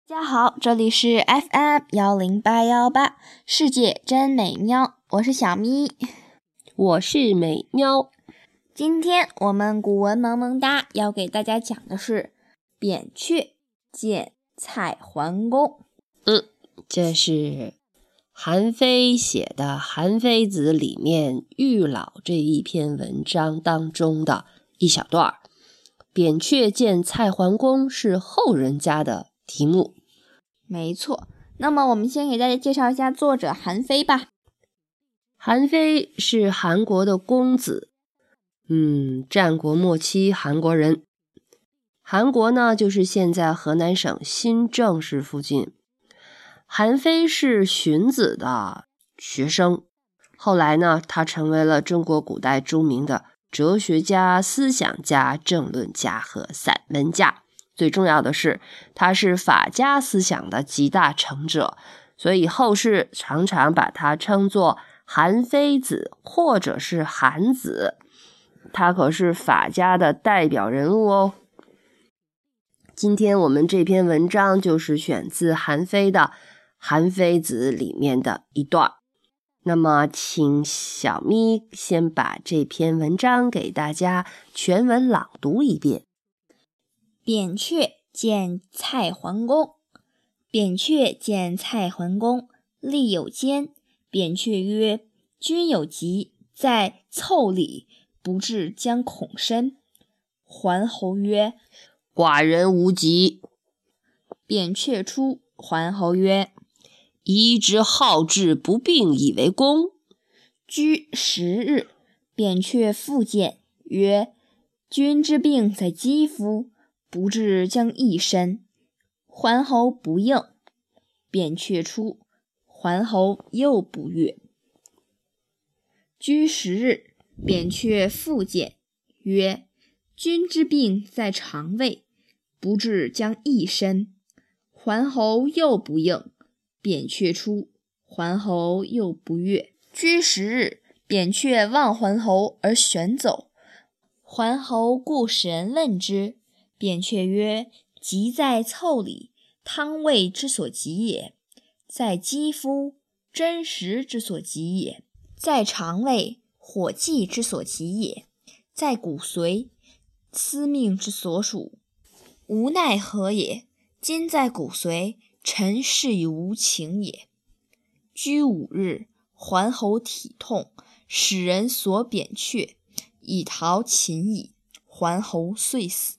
大家好，这里是 FM10818 世界真美妙，我是小咪， 我是美喵。 今天我们古文萌萌哒要给大家讲的是扁鹊见蔡桓公。 这是韩非写的《韩非子》里面喻老这一篇文章当中的一小段。扁鹊见蔡桓公是后人家的题目。 没错，那么我们先给大家介绍一下作者韩非吧。 韩非是韩国的公子，战国末期韩国人。韩国呢，就是现在河南省新郑市附近。韩非是荀子的学生，后来呢，他成为了中国古代著名的哲学家、思想家、政论家和散文家。最重要的是，他是法家思想的集大成者，所以后世常常把他称作韩非子或者是韩子。他可是法家的代表人物哦。今天我们这篇文章就是选自韩非的《韩非子》里面的一段。那么请小咪先把这篇文章给大家全文朗读一遍。 扁鹊见蔡桓公。扁鹊见蔡桓公，立有间。扁鹊曰：君有疾，在腠理，不治将恐深。桓侯曰： 寡人无疾。 扁鹊出，桓侯曰： 宜之好治不病以为功。 居10日，扁鹊复见，曰：君之病在肌肤，不治将益深。桓侯不应。扁鹊出，桓侯又不悦。居10日，扁鹊复见，曰：君之病在肠胃，不治将益深。桓侯又不应。扁鹊出，桓侯又不悦。居10日，扁鹊望桓侯而旋走。桓侯故使人问之。扁鹊曰：疾在腠理，汤胃之所及也；在肌肤，真实之所及也；在肠胃，火气之所及也；在骨髓，司命之所属。无奈何也？今在骨髓，臣是以无情也。居5日，桓侯体痛，使人索扁鹊，以逃秦矣。桓侯遂死。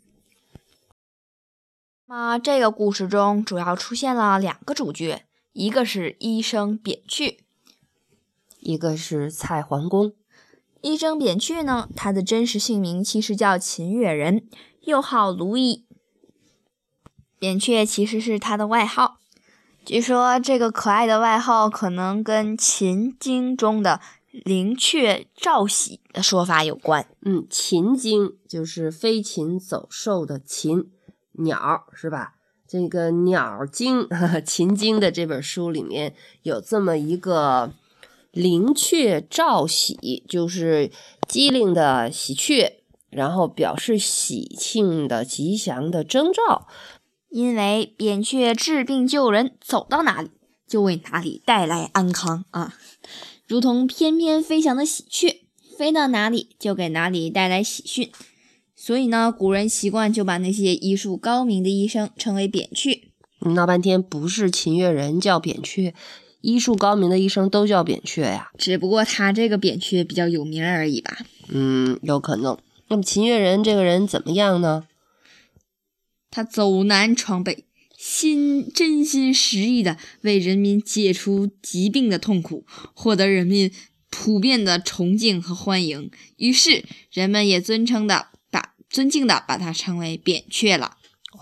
那么这个故事中主要出现了2个主角，一个是医生扁鹊， 一个是蔡桓公。 医生扁鹊呢，他的真实姓名其实叫秦越人，又号卢仪。扁鹊其实是他的外号。据说这个可爱的外号可能跟秦经中的灵雀兆禧的说法有关。 秦经就是飞禽走兽的禽，鸟是吧？这个鸟经秦经的这本书里面有这么一个灵雀兆禧，就是机灵的喜鹊，然后表示喜庆的吉祥的征兆。 因为扁鹊治病救人，走到哪里就为哪里带来安康啊，如同翩翩飞翔的喜鹊，飞到哪里就给哪里带来喜讯。所以呢，古人习惯就把那些医术高明的医生称为扁鹊。 闹半天不是秦越人叫扁鹊，医术高明的医生都叫扁鹊呀， 只不过他这个扁鹊比较有名而已吧。 有可能。那么秦越人这个人怎么样呢？ 他走南闯北，真心实意的为人民解除疾病的痛苦，获得人民普遍的崇敬和欢迎，于是人们也尊敬的把他称为扁鹊了。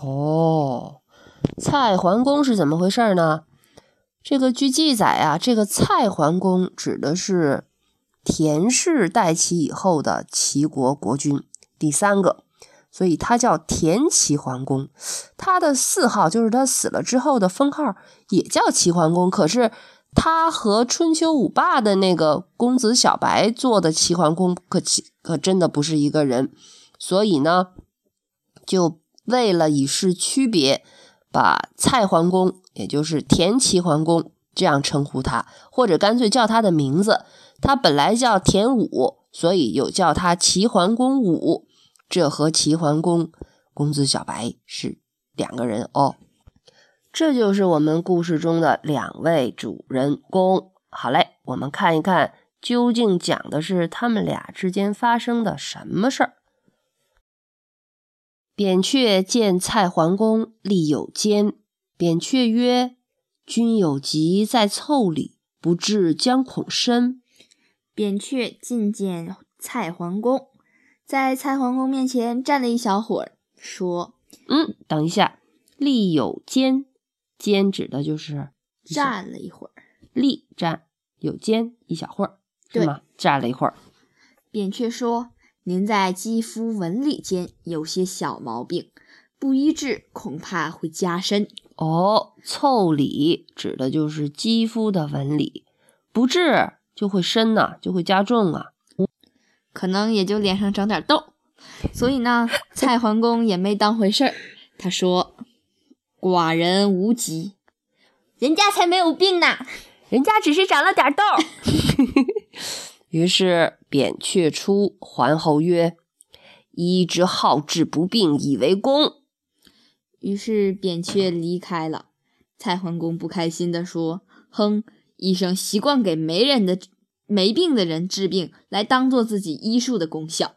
蔡桓公是怎么回事呢？这个据记载啊，这个蔡桓公指的是田氏代齐以后的齐国国君，第3个，所以他叫田齐桓公。他的谥号就是他死了之后的封号也叫齐桓公，可是他和春秋五霸的那个公子小白做的齐桓公可真的不是一个人，所以呢就为了以示区别， 把蔡桓公，也就是田齐桓公这样称呼他，或者干脆叫他的名字。他本来叫田武，所以有叫他齐桓公武，这和齐桓公公子小白是两个人哦。这就是我们故事中的两位主人公。好嘞，我们看一看究竟讲的是他们俩之间发生的什么事儿。扁鹊见蔡桓公立有间，扁鹊曰：君有疾在腠理，不治将恐深。 扁鹊觐见蔡桓公，在蔡桓公面前站了一小会儿，说： 等一下，立有间，间指的就是站了一会儿， 立站，有间一小会儿，是吗？站了一会儿。 扁鹊说：您在肌肤纹理间有些小毛病，不医治恐怕会加深。 腠理指的就是肌肤的纹理，不治就会深啊，就会加重啊， 可能也就脸上长点痘。所以呢，蔡桓公也没当回事儿。他说：寡人无疾，人家才没有病呢， 人家只是长了点痘。于是扁鹊出，桓侯曰：医之好治不病，以为功。 于是扁鹊离开了。蔡桓公不开心地说：哼，医生习惯给没病的人治病，来当做自己医术的功效。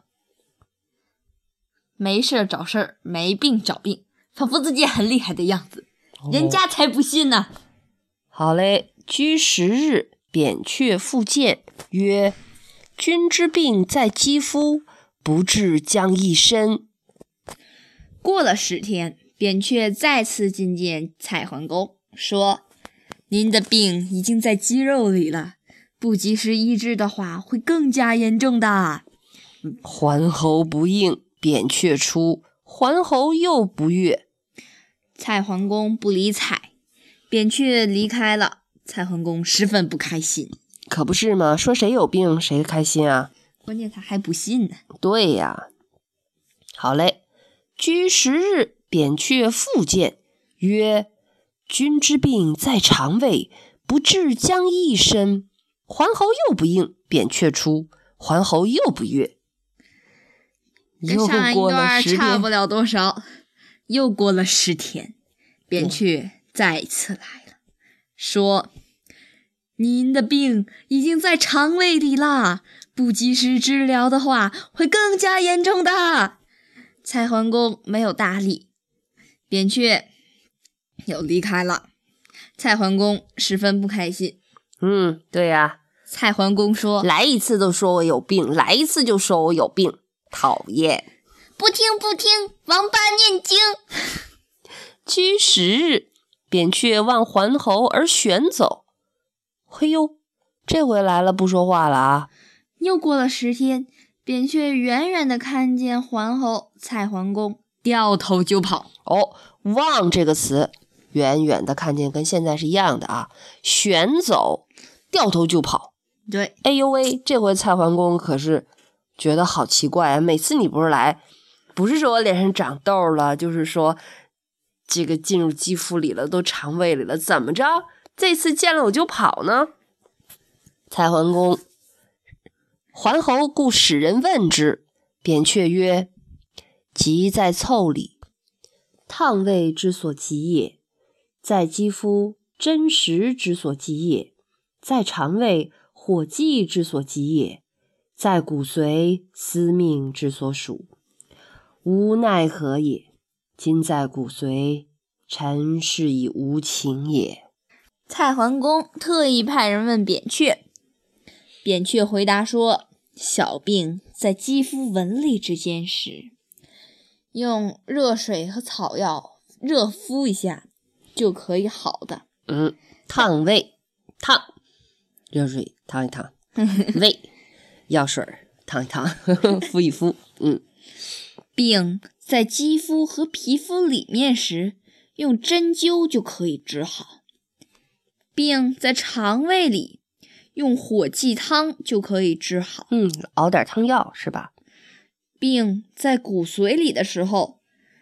没事找事儿，没病找病，仿佛自己很厉害的样子，人家才不信呢。 好嘞，居10日，扁鹊复见，曰：君之病在肌肤，不治将益深。 过了10天，扁鹊再次觐见蔡桓公，说：您的病已经在肌肉里了，不及时医治的话，会更加严重的。 桓侯不应，扁鹊出，桓侯又不悦。 蔡桓公不理睬，扁鹊离开了。蔡桓公十分不开心。 可不是吗？说谁有病谁开心啊？ 关键他还不信呢。 对呀。好嘞，居10日，扁鹊复见，曰：君之病在肠胃，不治将益深。桓侯又不应，扁鹊出，桓侯又不悦。 跟上一段差不了多少。又过了10天，扁鹊再次来了，说：您的病已经在肠胃里啦，不及时治疗的话，会更加严重的。蔡桓公没有搭理，扁鹊又离开了。蔡桓公十分不开心。 对呀。 蔡桓公说： 来一次都说我有病，来一次就说我有病，讨厌。 不听，王八念经。 居10日，扁鹊望桓侯而旋走。嘿呦，这回来了不说话了啊。 又过了10天，扁鹊远远地看见桓侯蔡桓公，掉头就跑。 望这个词，远远的看见跟现在是一样的啊。旋走，掉头就跑。 对， 哎呦喂，这回蔡桓公可是觉得好奇怪啊！每次你不是来，不是说我脸上长痘了，就是说这个进入肌肤里了，都肠胃里了，怎么着？这次见了我就跑呢？蔡桓公，桓侯故使人问之，扁鹊曰：疾在腠理，烫胃之所及也；在肌肤，真实之所及也；在肠胃，火气之所及也；在骨髓，司命之所属。无奈何也。今在骨髓，臣是以无情也。 蔡桓公特意派人问扁鹊，扁鹊回答说：小病在肌肤纹理之间时，用热水和草药热敷一下就可以好的。 烫胃，烫，热水烫一烫，胃，药水烫一烫，敷一敷。 病在肌肤和皮肤里面时，用针灸就可以治好。病在肠胃里，用火鸡汤就可以治好。 熬点汤药是吧？ 病在骨髓里的时候，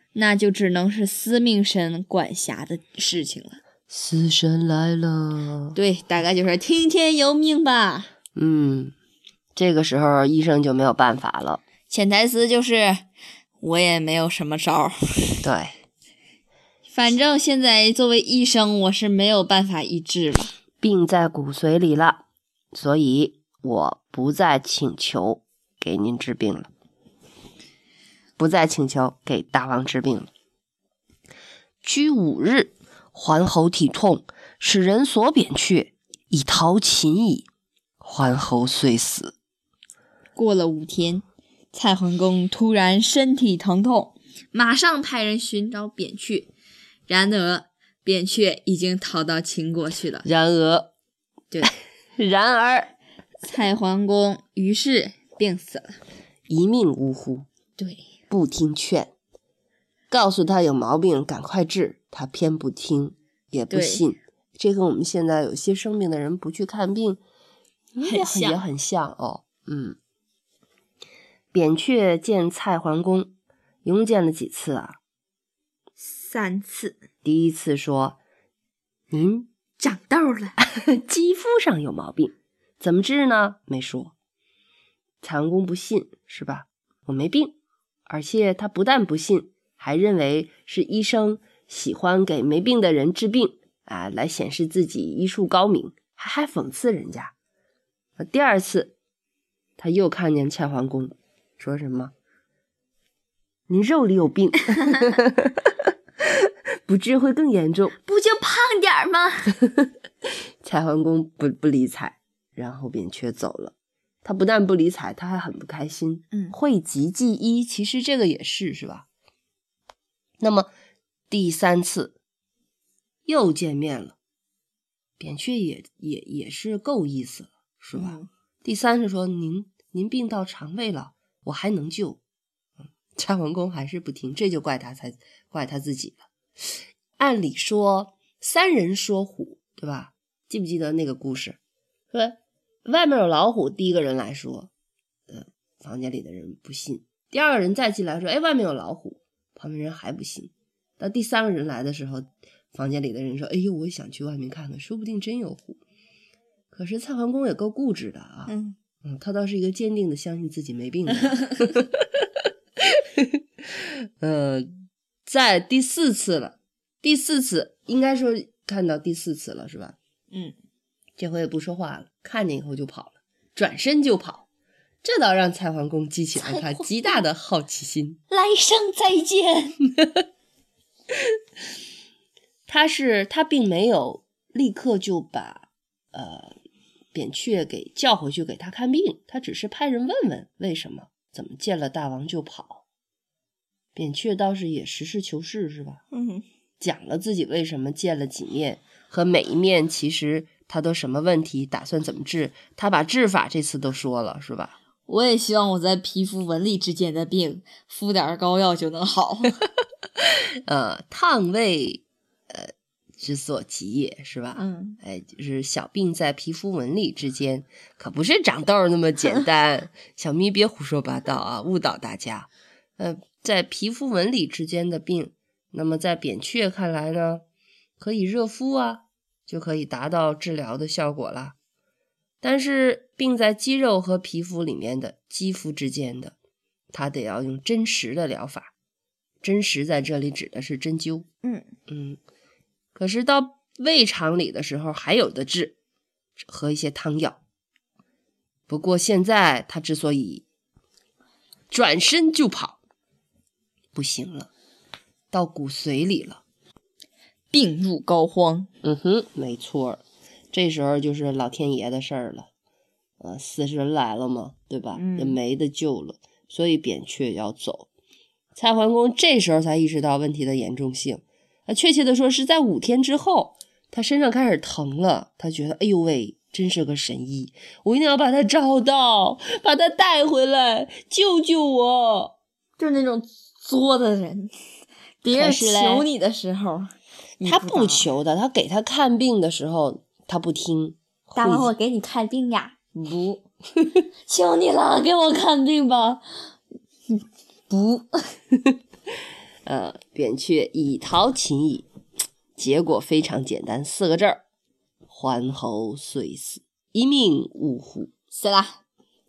那就只能是司命神管辖的事情了。 死神来了。 对，大概就是听天由命吧。 这个时候医生就没有办法了。 潜台词就是我也没有什么招。 对， 反正现在作为医生，我是没有办法医治了。 病在骨髓里了，所以我不再请求给您治病了，不再请求给大王治病了。居5日，桓侯体痛，使人所贬阙，以逃秦矣。桓侯遂死。 过了5天，蔡桓公突然身体疼痛，马上派人寻找扁鹊。然而扁鹊已经逃到秦国去了。 然而蔡桓公于是病死了， 一命呜呼。 对， 不听劝，告诉他有毛病赶快治，他偏不听也不信。这跟我们现在有些生病的人不去看病也很像哦。扁鹊见蔡桓公一共见了几次啊 ？3次。 第一次说，您长痘了， 肌肤上有毛病，怎么治呢？没说。蔡桓公不信，是吧？我没病，而且他不但不信，还认为是医生喜欢给没病的人治病啊，来显示自己医术高明，还讽刺人家。第2次他又看见蔡桓公说什么，你肉里有病不治会更严重， 不就胖点吗？ 蔡桓公不理睬，然后扁鹊走了。他不但不理睬，他还很不开心。讳疾忌医，其实这个也是吧？那么第3次又见面了，扁鹊也是够意思了，是吧？第3是说您病到肠胃了，我还能救。蔡桓公还是不听，这就怪他自己了。按理说3人说虎，对吧？记不记得那个故事？说外面有老虎，第一个人来说，房间里的人不信。第2个人再进来说，外面有老虎，旁边人还不信。到第3个人来的时候，房间里的人说，哎呦，我想去外面看看，说不定真有虎。可是蔡桓公也够固执的啊。他倒是一个坚定的相信自己没病的在第4次了，第4次应该说看到第4次了，是吧？这回也不说话了，看见以后就跑了，转身就跑，这倒让蔡桓公激起了他极大的好奇心。 来生再见。 他并没有立刻就把扁鹊给叫回去给他看病，他只是派人问问为什么，怎么见了大王就跑。扁鹊倒是也实事求是，是吧？讲了自己为什么见了几面，和每一面其实他都什么问题，打算怎么治，他把治法这次都说了，是吧？ 我也希望我在皮肤纹理之间的病敷点膏药就能好。 烫胃之所及也，是吧？就是小病在皮肤纹理之间，可不是长痘那么简单。小咪别胡说八道啊，误导大家。在皮肤纹理之间的病，那么在扁鹊看来呢，可以热敷啊，就可以达到治疗的效果啦。但是病在肌肉和皮肤里面的肌肤之间的，它得要用针石的疗法。针石在这里指的是针灸。可是到胃肠里的时候还有的治，喝一些汤药。不过现在他之所以转身就跑，不行了，到骨髓里了， 病入膏肓。 没错，这时候就是老天爷的事儿了。死神来了嘛，对吧？也没得救了，所以扁鹊要走。蔡桓公这时候才意识到问题的严重性。确切的说是在5天之后，他身上开始疼了，他觉得哎呦喂，真是个神医，我一定要把他找到，把他带回来，救救我。 就是那种作的人，别人求你的时候他不求的，他给他看病的时候他不听。 大王，我给你看病呀。不求你了，给我看病吧。不扁鹊以逃秦矣，结果非常简单，4个字儿：桓侯遂死，一命呜呼。 死了。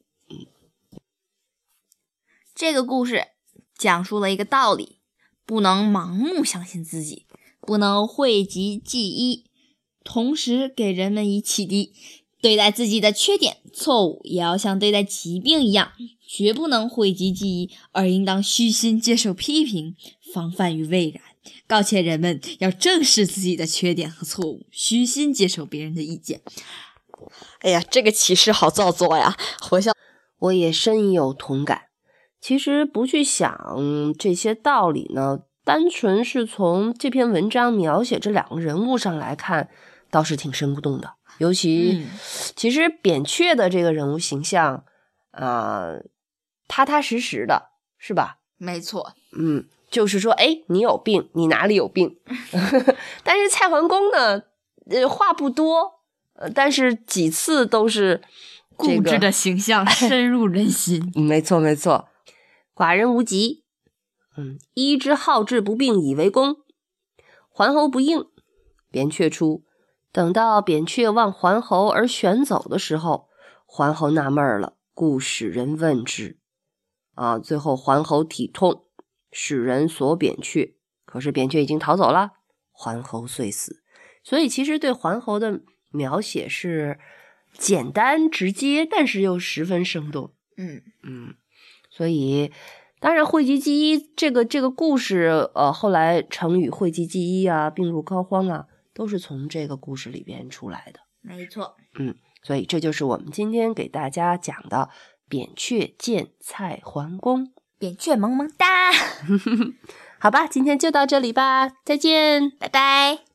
这个故事讲述了一个道理，不能盲目相信自己，不能讳疾忌医，同时给人们以启迪，对待自己的缺点、错误也要像对待疾病一样，绝不能讳疾忌医，而应当虚心接受批评，防范于未然。告诫人们要正视自己的缺点和错误，虚心接受别人的意见。哎呀，这个启示好造作呀！ 我也深有同感。其实不去想这些道理呢，单纯是从这篇文章描写这2个人物上来看，倒是挺生动的。尤其，其实扁鹊的这个人物形象，踏踏实实的，是吧？ 没错。 就是说，你有病，你哪里有病？但是蔡桓公呢，话不多，但是几次都是固执的形象深入人心。 没错没错。寡人无疾，医之好治不病以为功。桓侯不应，扁鹊出。等到扁鹊望桓侯而旋走的时候，桓侯纳闷了，故使人问之。最后桓侯体痛，使人索扁鹊，可是扁鹊已经逃走了，桓侯遂死。所以其实对桓侯的描写是简单直接，但是又十分生动。所以当然讳疾忌医这个故事，后来成语讳疾忌医啊，病入膏肓啊，都是从这个故事里边出来的。 没错。 所以这就是我们今天给大家讲的扁鹊见蔡桓公。 扁鹊萌萌哒。 好吧，今天就到这里吧，再见， 拜拜。